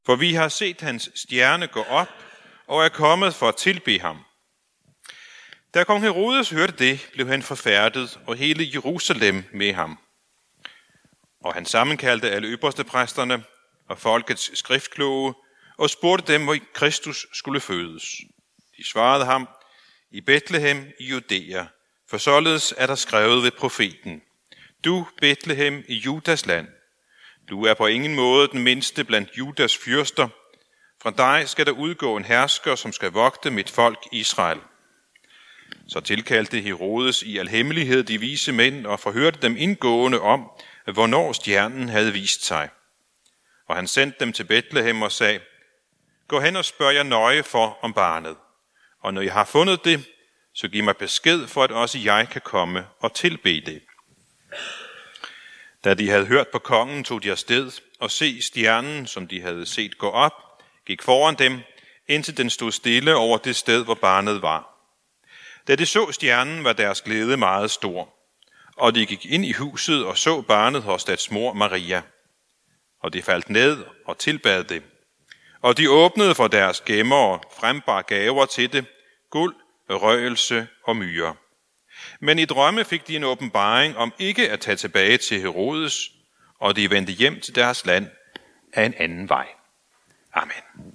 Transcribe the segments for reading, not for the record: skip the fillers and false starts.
For vi har set hans stjerne gå op og er kommet for at tilbede ham. Da kong Herodes hørte det, blev han forfærdet, og hele Jerusalem med ham. Og han sammenkaldte alle ypperstepræsterne og folkets skriftkloge og spurgte dem, hvor Kristus skulle fødes. De svarede ham, i Betlehem i Judæa, for således er der skrevet ved profeten. Du, Betlehem i Judas land, du er på ingen måde den mindste blandt Judas fyrster. Fra dig skal der udgå en hersker, som skal vogte mit folk Israel. Så tilkaldte Herodes i al hemmelighed de vise mænd og forhørte dem indgående om, hvornår stjernen havde vist sig. Og han sendte dem til Betlehem og sagde, gå hen og spørg jer nøje for om barnet. Og når I har fundet det, så giv mig besked for, at også jeg kan komme og tilbede det. Da de havde hørt på kongen, tog de afsted og se stjernen, som de havde set gå op, gik foran dem, indtil den stod stille over det sted, hvor barnet var. Da de så stjernen, var deres glæde meget stor, og de gik ind i huset og så barnet hos dets mor Maria. Og de faldt ned og tilbad det. Og de åbnede for deres gemmer og frembar gaver til det, guld, røgelse og myrer. Men i drømme fik de en åbenbaring om ikke at tage tilbage til Herodes, og de vendte hjem til deres land af en anden vej. Amen.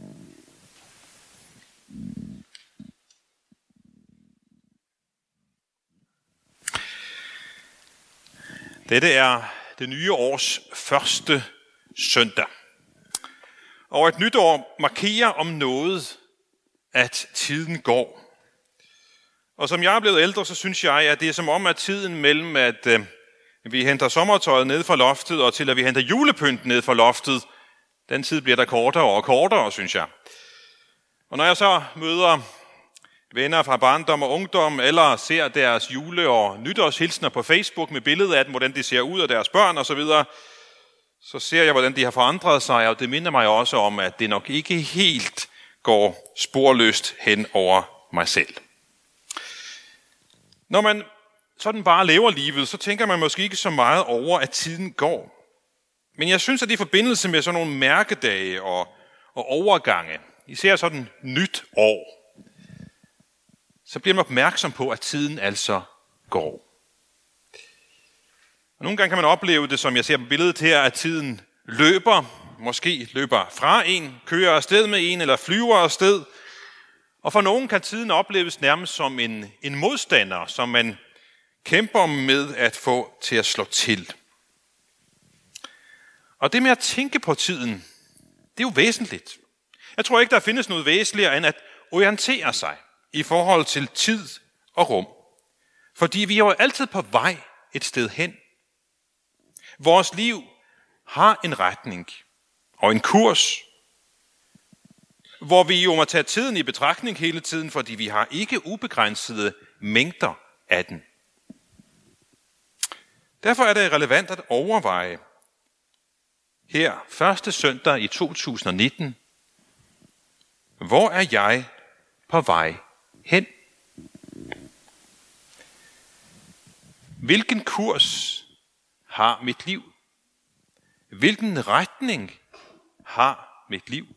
Dette er det nye års første søndag. Og et nyt år markerer om noget, at tiden går. Og som jeg er blevet ældre, så synes jeg, at det er som om, at tiden mellem, at vi henter sommertøjet ned fra loftet, og til at vi henter julepynt ned fra loftet, den tid bliver der kortere og kortere, synes jeg. Og når jeg så møder venner fra barndom og ungdom, eller ser deres jule- og nytårshilsner på Facebook med billeder af dem, hvordan de ser ud af deres børn osv., så ser jeg, hvordan de har forandret sig, og det minder mig også om, at det nok ikke helt går sporløst hen over mig selv. Når man sådan bare lever livet, så tænker man måske ikke så meget over, at tiden går. Men jeg synes, at i forbindelse med sådan nogle mærkedage og overgange, især sådan nyt år, så bliver man opmærksom på, at tiden altså går. Og nogle gange kan man opleve det, som jeg ser på billedet her, at tiden løber, måske løber fra en, kører afsted med en eller flyver afsted. Og for nogen kan tiden opleves nærmest som en modstander, som man kæmper med at få til at slå til. Og det med at tænke på tiden, det er jo væsentligt. Jeg tror ikke, der findes noget væsentligere end at orientere sig i forhold til tid og rum. Fordi vi er jo altid på vej et sted hen. Vores liv har en retning og en kurs, hvor vi jo må tage tiden i betragtning hele tiden, fordi vi har ikke ubegrænsede mængder af den. Derfor er det relevant at overveje her første søndag i 2019, hvor er jeg på vej hen? Hvilken kurs har mit liv? Hvilken retning har mit liv?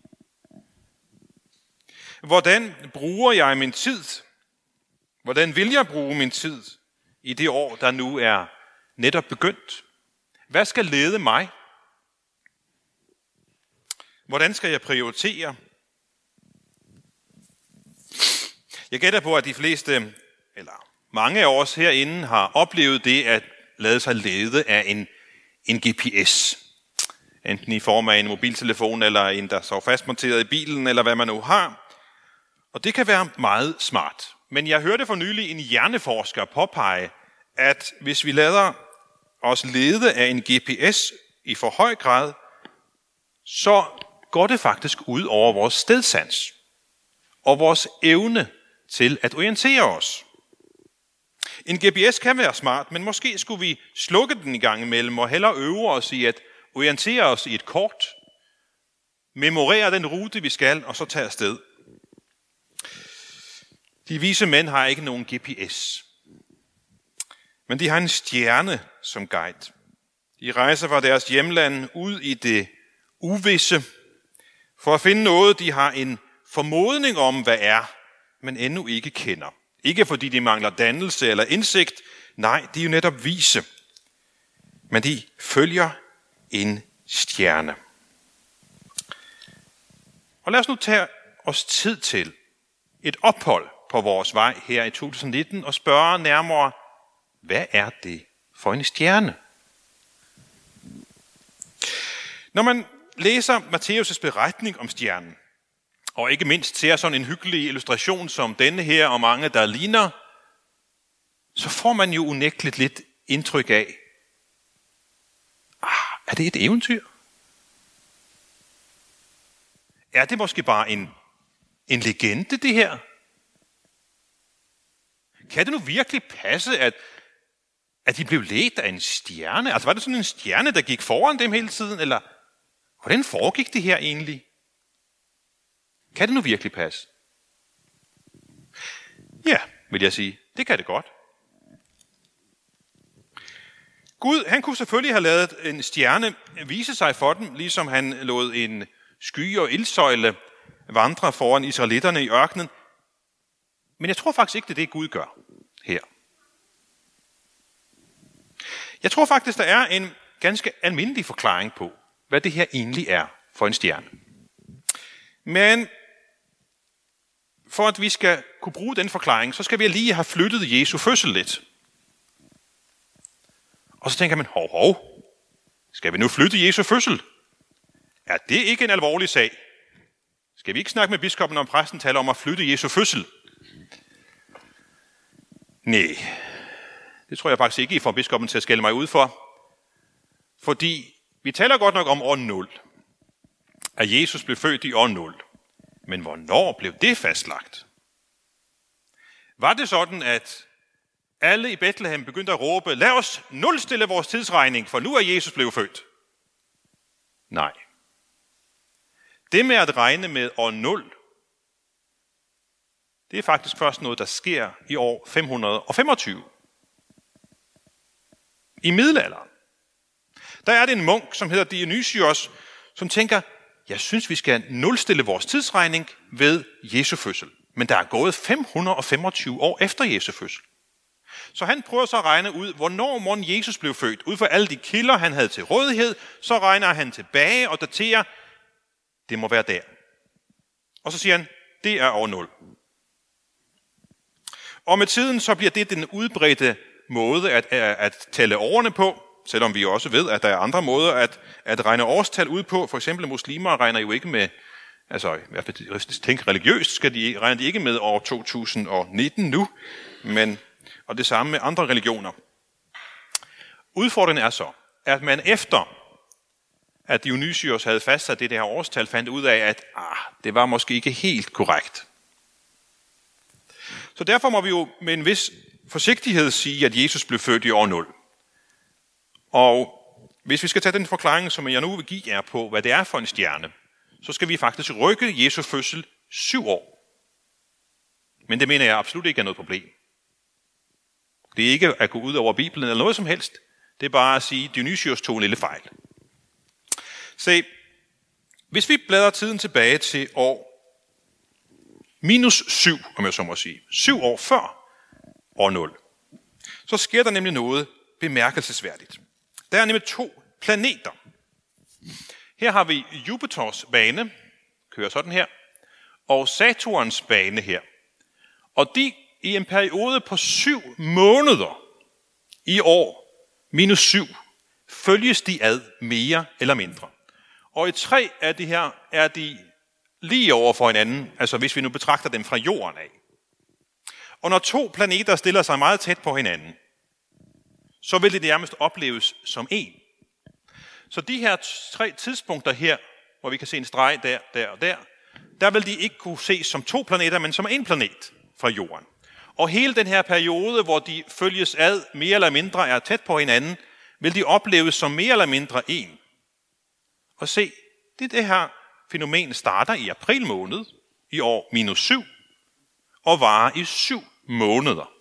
Hvordan bruger jeg min tid? Hvordan vil jeg bruge min tid i det år, der nu er netop begyndt? Hvad skal lede mig? Hvordan skal jeg prioritere? Jeg gætter på, at de fleste, eller mange af os herinde, har oplevet det at lade sig lede af en GPS. Enten i form af en mobiltelefon, eller en, der står fastmonteret i bilen, eller hvad man nu har. Og det kan være meget smart. Men jeg hørte for nylig en hjerneforsker påpege, at hvis vi lader os lede af en GPS i for høj grad, så går det faktisk ud over vores stedsans og vores evne til at orientere os. En GPS kan være smart, men måske skulle vi slukke den i gang imellem og hellere øve os i at orientere os i et kort, memorere den rute, vi skal, og så tage afsted. De vise mænd har ikke nogen GPS, men de har en stjerne som guide. De rejser fra deres hjemland ud i det uvisse, for at finde noget, de har en formodning om, hvad er, men endnu ikke kender. Ikke fordi de mangler dannelse eller indsigt. Nej, de er jo netop vise. Men de følger en stjerne. Og lad os nu tage os tid til et ophold på vores vej her i 2019 og spørge nærmere, hvad er det for en stjerne? Når man læser Matthæus' beretning om stjernen, og ikke mindst ser sådan en hyggelig illustration som denne her og mange, der ligner, så får man jo unægteligt lidt indtryk af, er det et eventyr? Er det måske bare en legende, det her? Kan det nu virkelig passe, at de blev ledt af en stjerne? Altså var det sådan en stjerne, der gik foran dem hele tiden? Eller hvordan foregik det her egentlig? Kan det nu virkelig passe? Ja, vil jeg sige. Det kan det godt. Gud, han kunne selvfølgelig have ladet en stjerne vise sig for dem, ligesom han lod en sky og ildsøjle vandre foran israelitterne i ørkenen. Men jeg tror faktisk ikke, det er det, Gud gør her. Jeg tror faktisk, der er en ganske almindelig forklaring på, hvad det her egentlig er for en stjerne. Men for at vi skal kunne bruge den forklaring, så skal vi lige have flyttet Jesu fødsel lidt. Og så tænker man, hov, skal vi nu flytte Jesu fødsel? Er det ikke en alvorlig sag? Skal vi ikke snakke med biskoppen, om præsten taler om at flytte Jesu fødsel? Nej, det tror jeg faktisk ikke, I får biskoppen til at skælde mig ud for. Fordi vi taler godt nok om år 0. At Jesus blev født i år 0. Men hvornår blev det fastlagt? Var det sådan, at alle i Bethlehem begyndte at råbe, lad os nulstille vores tidsregning, for nu er Jesus blevet født? Nej. Det med at regne med år 0, det er faktisk først noget, der sker i år 525. I middelalderen. Der er det en munk, som hedder Dionysios, som tænker, jeg synes, vi skal nulstille vores tidsregning ved Jesu fødsel. Men der er gået 525 år efter Jesu fødsel. Så han prøver så at regne ud, hvornår mon Jesus blev født. Ud fra alle de kilder, han havde til rådighed, så regner han tilbage og daterer, det må være der. Og så siger han, det er år 0. Og med tiden så bliver det den udbredte måde at tælle årene på, selvom vi også ved, at der er andre måder at regne årstal ud på. For eksempel muslimer regner jo ikke med, altså i hvert fald tænke religiøst, regner de ikke med år 2019 nu, og det samme med andre religioner. Udfordringen er så, at man efter, at Dionysios havde fastsat det her årstal, fandt ud af, at det var måske ikke helt korrekt. Så derfor må vi jo med en vis forsigtighed sige, at Jesus blev født i år 0. Og hvis vi skal tage den forklaring, som jeg nu vil give jer på, hvad det er for en stjerne, så skal vi faktisk rykke Jesu fødsel 7 år. Men det mener jeg absolut ikke er noget problem. Det er ikke at gå ud over Bibelen eller noget som helst. Det er bare at sige, at Dionysios tog en lille fejl. Se, hvis vi bladrer tiden tilbage til år -7, om jeg så må sige, 7 år før år 0, så sker der nemlig noget bemærkelsesværdigt. Der er nemlig 2 planeter. Her har vi Jupiters bane, kører sådan her, og Saturns bane her. Og de i en periode på 7 måneder i år -7, følges de ad mere eller mindre. Og i 3 af de her er de lige over for hinanden, altså hvis vi nu betragter dem fra jorden af. Og når 2 planeter stiller sig meget tæt på hinanden, så vil det nærmest opleves som en. Så de her 3 tidspunkter her, hvor vi kan se en streg der og der vil de ikke kunne ses som 2 planeter, men som en planet fra jorden. Og hele den her periode, hvor de følges ad mere eller mindre er tæt på hinanden, vil de opleves som mere eller mindre en. Og se, det her fænomen starter i april måned i år -7 og varer i 7 måneder.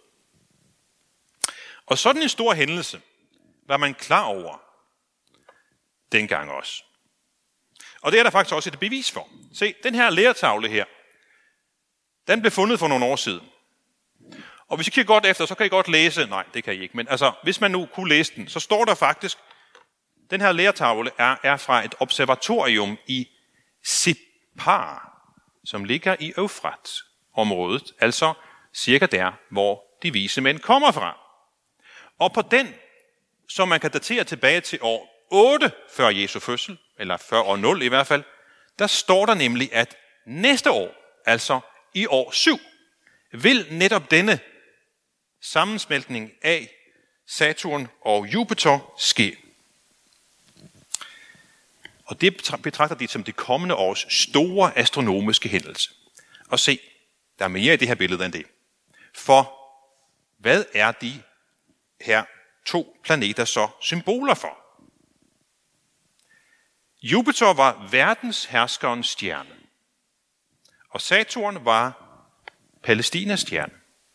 Og sådan en stor hændelse var man klar over dengang også. Og det er der faktisk også et bevis for. Se, den her lertavle her, den blev fundet for nogle år siden. Og hvis I kigger godt efter, så kan I godt læse, nej, det kan I ikke, men altså, hvis man nu kunne læse den, så står der faktisk, den her lertavle er fra et observatorium i Sippar, som ligger i Eufrat-området, altså cirka der, hvor de vise mænd kommer fra. Og på den, som man kan datere tilbage til år 8 før Jesu fødsel, eller før år 0 i hvert fald, der står der nemlig, at næste år, altså i år 7, vil netop denne sammensmeltning af Saturn og Jupiter ske. Og det betragter de som det kommende års store astronomiske hændelse. Og se, der er mere i det her billede end det. For hvad er de her 2 planeter så symboler for? Jupiter var verdensherskerens stjerne, og Saturn var Palæstinas stjerne.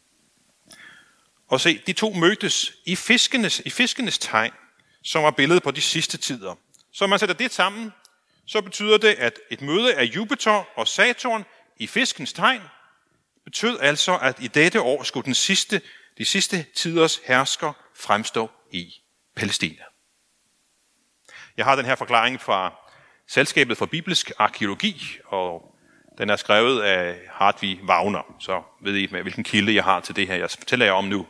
Og se, de 2 mødtes i fiskenes tegn, som var billedet på de sidste tider. Så man sætter det sammen, så betyder det, at et møde af Jupiter og Saturn i fiskens tegn betød altså, at i dette år skulle de sidste tiders hersker fremstå i Palæstina. Jeg har den her forklaring fra Selskabet for Bibelsk Arkæologi, og den er skrevet af Hartvig Wagner, så ved I, hvilken kilde jeg har til det her, jeg fortæller jer om nu.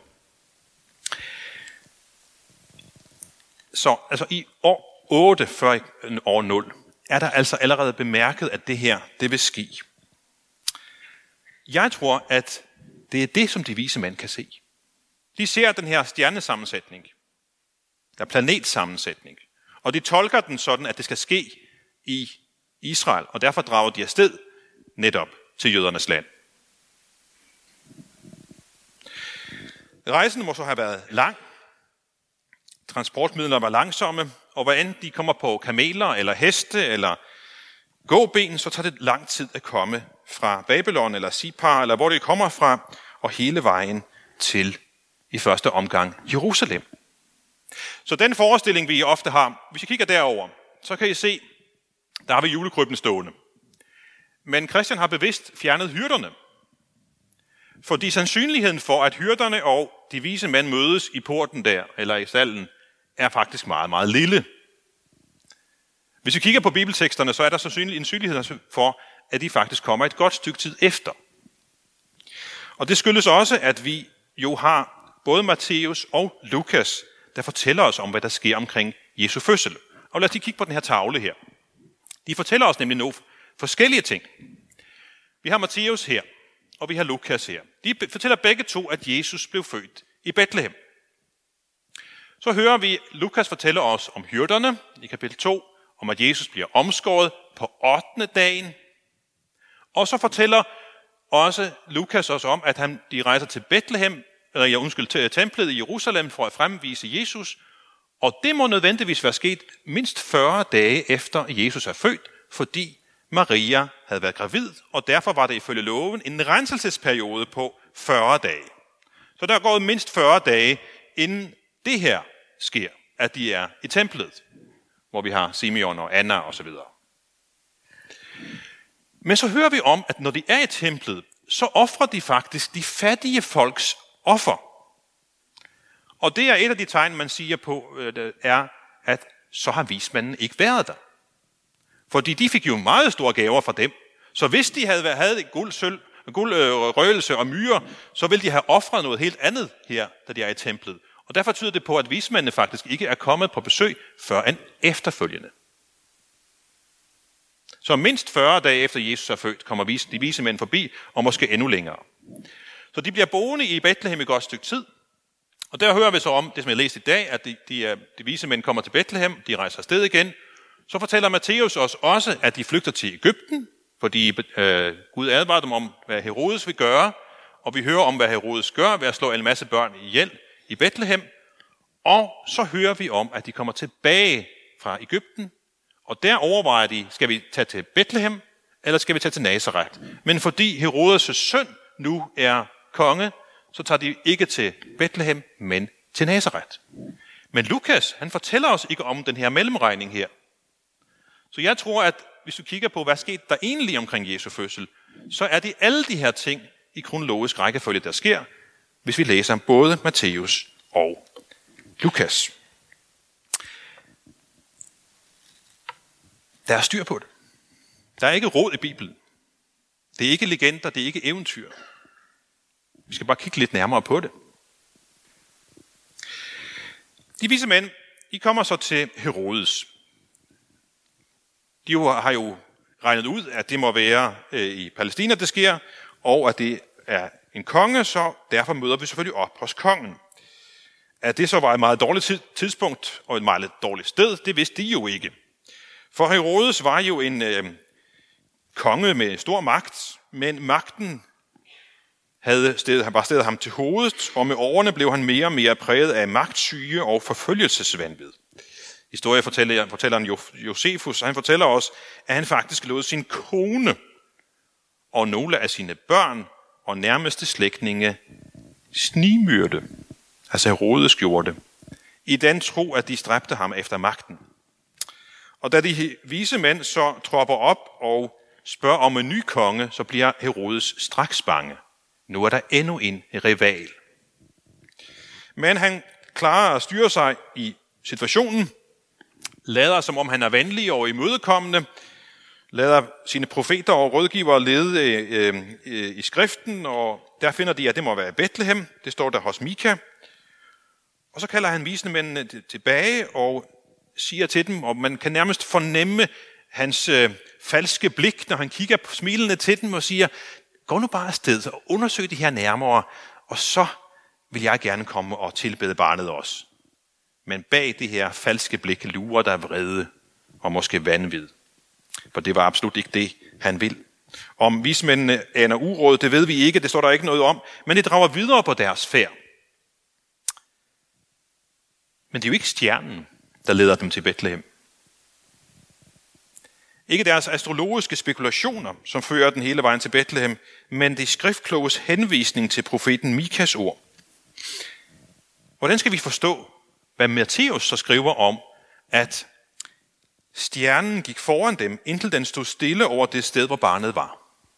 Så altså i år 8 før år 0, er der altså allerede bemærket, at det her, det vil ske. Jeg tror, at det er det, som de vise mænd kan se. De ser den her stjernesammensætning, der er planetsammensætning, og de tolker den sådan, at det skal ske i Israel, og derfor drager de afsted netop til jødernes land. Rejsen må så have været lang. Transportmidler var langsomme, og hvad end de kommer på kameler eller heste eller gåben, så tager det lang tid at komme fra Babylon eller Sippar, eller hvor det kommer fra, og hele vejen til i første omgang Jerusalem. Så den forestilling, vi ofte har, hvis I kigger derover, så kan I se, der har vi julekrybben stående. Men Christian har bevidst fjernet hyrderne, fordi sandsynligheden for, at hyrderne og de vise mænd mødes i porten der, eller i stallen, er faktisk meget, meget lille. Hvis vi kigger på bibelteksterne, så er der sandsynlig en sandsynlighed for, at de faktisk kommer et godt stykke tid efter. Og det skyldes også, at vi jo har både Matthæus og Lukas, der fortæller os om, hvad der sker omkring Jesu fødsel. Og lad os lige kigge på den her tavle her. De fortæller os nemlig nogle forskellige ting. Vi har Matthæus her, og vi har Lukas her. De fortæller begge to, at Jesus blev født i Bethlehem. Så hører vi Lukas fortælle os om hyrderne i kapitel 2, om at Jesus bliver omskåret på 8. dagen. Og så fortæller også Lukas os om, at de rejser til Bethlehem, til templet i Jerusalem for at fremvise Jesus. Og det må nødvendigvis være sket mindst 40 dage efter Jesus er født, fordi Maria havde været gravid, og derfor var det ifølge loven en renselsesperiode på 40 dage. Så der er gået mindst 40 dage, inden det her sker, at de er i templet, hvor vi har Simeon og Anna osv. Men så hører vi om, at når de er i templet, så offrer de faktisk de fattige folks offer. Og det er et af de tegn, man siger på, er, at så har vismanden ikke været der. Fordi de fik jo meget store gaver fra dem. Så hvis de havde guld, sølv, røgelse og myre, så ville de have offret noget helt andet her, da de er i templet. Og derfor tyder det på, at vismændene faktisk ikke er kommet på besøg før en efterfølgende. Så mindst 40 dage efter Jesus er født, kommer de vise mænd forbi, og måske endnu længere. Så de bliver boende i Bethlehem et godt stykke tid. Og der hører vi så om, det som jeg læste i dag, at de vise mænd kommer til Bethlehem, de rejser afsted igen. Så fortæller Matthæus os også, at de flygter til Egypten, fordi Gud advarer dem om, hvad Herodes vil gøre. Og vi hører om, hvad Herodes gør ved at slå en masse børn ihjel i Bethlehem. Og så hører vi om, at de kommer tilbage fra Egypten. Og der overvejer de, skal vi tage til Bethlehem, eller skal vi tage til Nazaret? Men fordi Herodes' søn nu er konge, så tager de ikke til Bethlehem, men til Nazaret. Men Lukas, han fortæller os ikke om den her mellemregning her. Så jeg tror, at hvis du kigger på, hvad skete der egentlig omkring Jesu fødsel, så er det alle de her ting i kronologisk rækkefølge, der sker, hvis vi læser både Matthæus og Lukas. Der er styr på det. Der er ikke råd i Bibelen. Det er ikke legender, det er ikke eventyr. Vi skal bare kigge lidt nærmere på det. De vise mænd, de kommer så til Herodes. De har jo regnet ud, at det må være i Palæstina, det sker, og at det er en konge, så derfor møder vi selvfølgelig op hos kongen. At det så var et meget dårligt tidspunkt og et meget lidt dårligt sted, det vidste de jo ikke. For Herodes var jo en konge med stor magt, men magten var stedet ham til hovedet, og med årene blev han mere og mere præget af magtsyge og forfølgelsesvanvid. Historiefortælleren Josefus, han fortæller os, at han faktisk lod sin kone og nogle af sine børn og nærmeste slægtninge snigmyrde. Altså Herodes gjorde det. I den tro, at de stræbte ham efter magten. Og da de vise mænd så tropper op og spørger om en ny konge, så bliver Herodes straks bange. Nu er der endnu en rival. Men han klarer at styre sig i situationen, lader som om han er venlig og imødekommende, lader sine profeter og rådgivere lede i skriften, og der finder de, at det må være Bethlehem. Det står der hos Mika. Og så kalder han vismændene tilbage og siger til dem, og man kan nærmest fornemme hans falske blik, når han kigger smilende til dem og siger, gå nu bare afsted og undersøg det her nærmere, og så vil jeg gerne komme og tilbede barnet også. Men bag det her falske blik lurer der vrede og måske vanvid. For det var absolut ikke det, han vil. Om vismændene aner uråd, det ved vi ikke, det står der ikke noget om, men det drager videre på deres færd. Men det er jo ikke stjernen, der leder dem til Bethlehem. Ikke deres astrologiske spekulationer, som fører den hele vejen til Bethlehem, men det skriftkloges henvisning til profeten Mikas ord. Hvordan skal vi forstå, hvad Matthæus så skriver om, at stjernen gik foran dem, indtil den stod stille over det sted, hvor barnet var?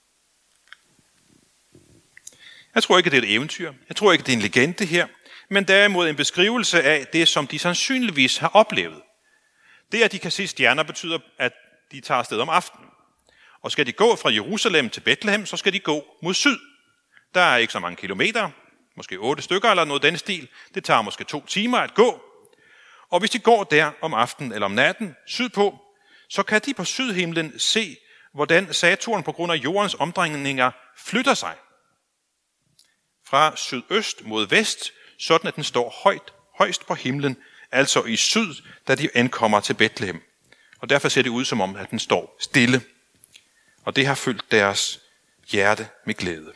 Jeg tror ikke, det er et eventyr. Jeg tror ikke, det er en legende her, men derimod en beskrivelse af det, som de sandsynligvis har oplevet. Det, at de kan se stjerner, betyder, at de tager afsted om aftenen. Og skal de gå fra Jerusalem til Bethlehem, så skal de gå mod syd. Der er ikke så mange kilometer, måske 8 stykker eller noget den stil. Det tager måske 2 timer at gå. Og hvis de går der om aftenen eller om natten sydpå, så kan de på sydhimlen se, hvordan Saturn på grund af jordens omdrejninger flytter sig fra sydøst mod vest, sådan at den står højst på himlen, altså i syd, da de ankommer til Bethlehem. Og derfor ser det ud som om, at den står stille. Og det har fyldt deres hjerte med glæde.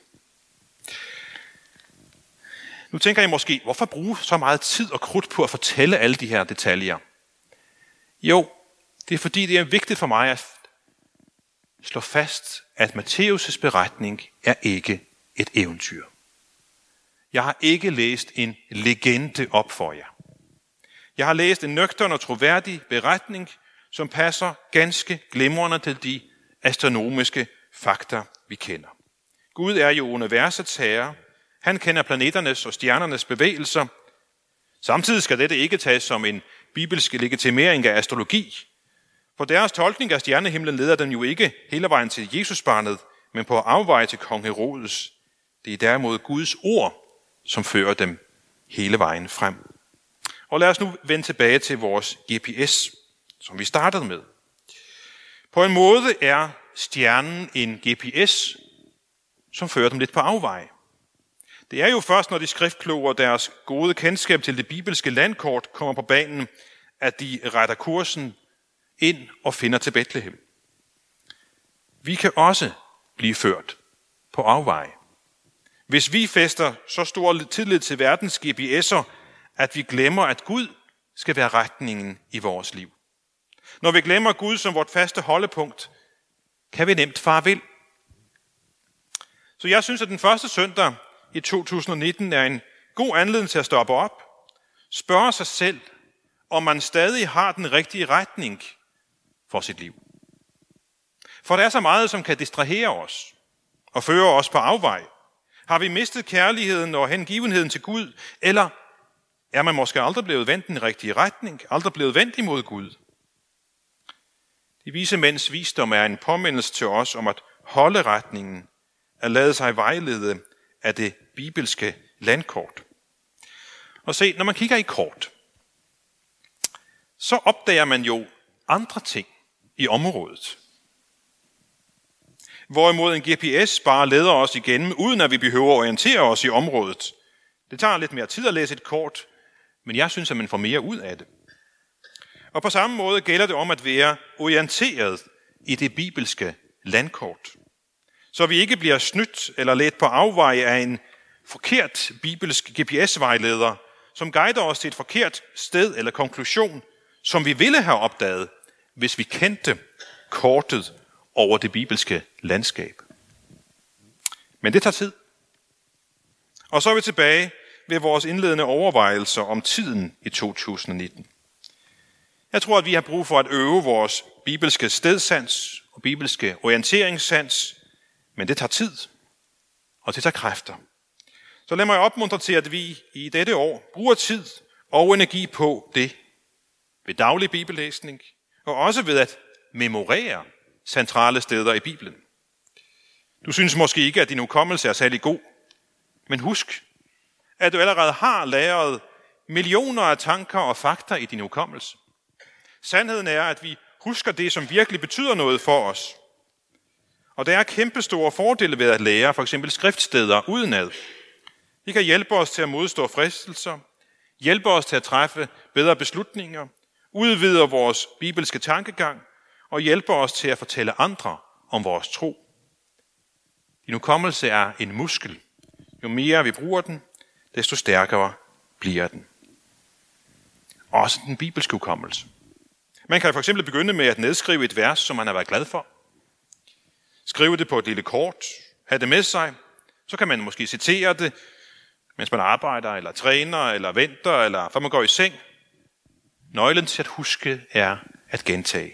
Nu tænker I måske, hvorfor bruge så meget tid og krudt på at fortælle alle de her detaljer? Jo, det er fordi, det er vigtigt for mig at slå fast, at Matthæus' beretning er ikke et eventyr. Jeg har ikke læst en legende op for jer. Jeg har læst en nøgtern og troværdig beretning, som passer ganske glimrende til de astronomiske fakta, vi kender. Gud er jo universets herre. Han kender planeternes og stjernernes bevægelser. Samtidig skal dette ikke tages som en bibelsk legitimering af astrologi. For deres tolkning af stjernehimlen leder dem jo ikke hele vejen til Jesusbarnet, men på afvej til kong Herodes. Det er derimod Guds ord, som fører dem hele vejen frem. Og lad os nu vende tilbage til vores GPS, som vi startede med. På en måde er stjernen en GPS, som fører dem lidt på afveje. Det er jo først, når de skriftkloge og deres gode kendskab til det bibelske landkort kommer på banen, at de retter kursen ind og finder til Bethlehem. Vi kan også blive ført på afveje. Hvis vi fæster så stor tillid til verdens GPS'er, at vi glemmer, at Gud skal være retningen i vores liv. Når vi glemmer Gud som vort faste holdepunkt, kan vi nemt fare vild. Så jeg synes, at den første søndag i 2019 er en god anledning til at stoppe op, spørge sig selv, om man stadig har den rigtige retning for sit liv. For der er så meget, som kan distrahere os og føre os på afvej. Har vi mistet kærligheden og hengivenheden til Gud, eller er man måske aldrig blevet vendt i den rigtige retning, aldrig blevet vendt imod Gud? De vise mænds visdom er en påmindelse til os om at holde retningen, at lade sig vejlede af det bibelske landkort. Og se, når man kigger i kort, så opdager man jo andre ting i området. Hvorimod en GPS bare leder os igennem, uden at vi behøver at orientere os i området. Det tager lidt mere tid at læse et kort, men jeg synes, at man får mere ud af det. Og på samme måde gælder det om at være orienteret i det bibelske landkort. Så vi ikke bliver snydt eller ledt på afveje af en forkert bibelsk GPS-vejleder, som guider os til et forkert sted eller konklusion, som vi ville have opdaget, hvis vi kendte kortet over det bibelske landskab. Men det tager tid. Og så er vi tilbage ved vores indledende overvejelser om tiden i 2019. Jeg tror, at vi har brug for at øve vores bibelske stedsans og bibelske orienteringssans, men det tager tid, og det tager kræfter. Så lad mig opmuntre til, at vi i dette år bruger tid og energi på det ved daglig bibellæsning, og også ved at memorere centrale steder i Bibelen. Du synes måske ikke, at din hukommelse er særlig god, men husk, at du allerede har lagret millioner af tanker og fakta i din hukommelse. Sandheden er, at vi husker det, som virkelig betyder noget for os. Og der er kæmpestore fordele ved at lære for eksempel skriftsteder udenad. Det kan hjælpe os til at modstå fristelser, hjælpe os til at træffe bedre beslutninger, udvide vores bibelske tankegang og hjælpe os til at fortælle andre om vores tro. Din hukommelse er en muskel. Jo mere vi bruger den, desto stærkere bliver den. Også den bibelske hukommelse. Man kan for eksempel begynde med at nedskrive et vers, som man har været glad for. Skrive det på et lille kort, have det med sig. Så kan man måske citere det, mens man arbejder, eller træner, eller venter, eller før man går i seng. Nøglen til at huske er at gentage.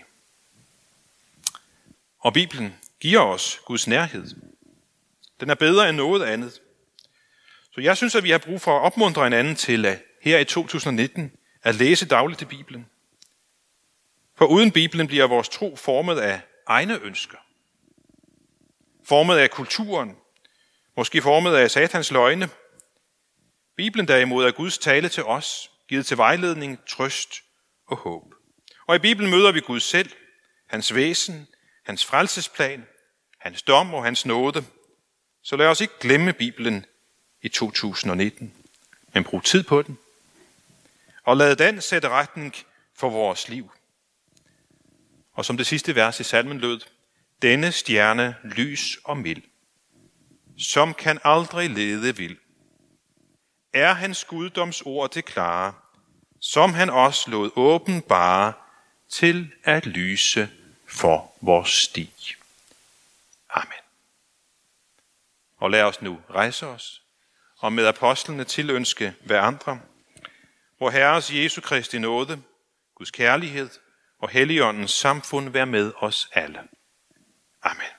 Og Bibelen giver os Guds nærhed. Den er bedre end noget andet. Så jeg synes, at vi har brug for at opmuntre hinanden til at her i 2019 at læse dagligt i Bibelen. For uden Bibelen bliver vores tro formet af egne ønsker. Formet af kulturen. Måske formet af satans løgne. Bibelen derimod er Guds tale til os, givet til vejledning, trøst og håb. Og i Bibelen møder vi Gud selv, hans væsen, hans frelsesplan, hans dom og hans nåde. Så lad os ikke glemme Bibelen i 2019, men brug tid på den. Og lad den sætte retning for vores liv. Og som det sidste vers i salmen lød, denne stjerne lys og mild, som kan aldrig lede vild, er hans guddoms ord det klare, som han også lod åbenbare til at lyse for vores sti. Amen. Og lad os nu rejse os og med apostlene tilønske hverandre, hvor Herres Jesu Kristi nåde, Guds kærlighed og Helligåndens samfund være med os alle. Amen.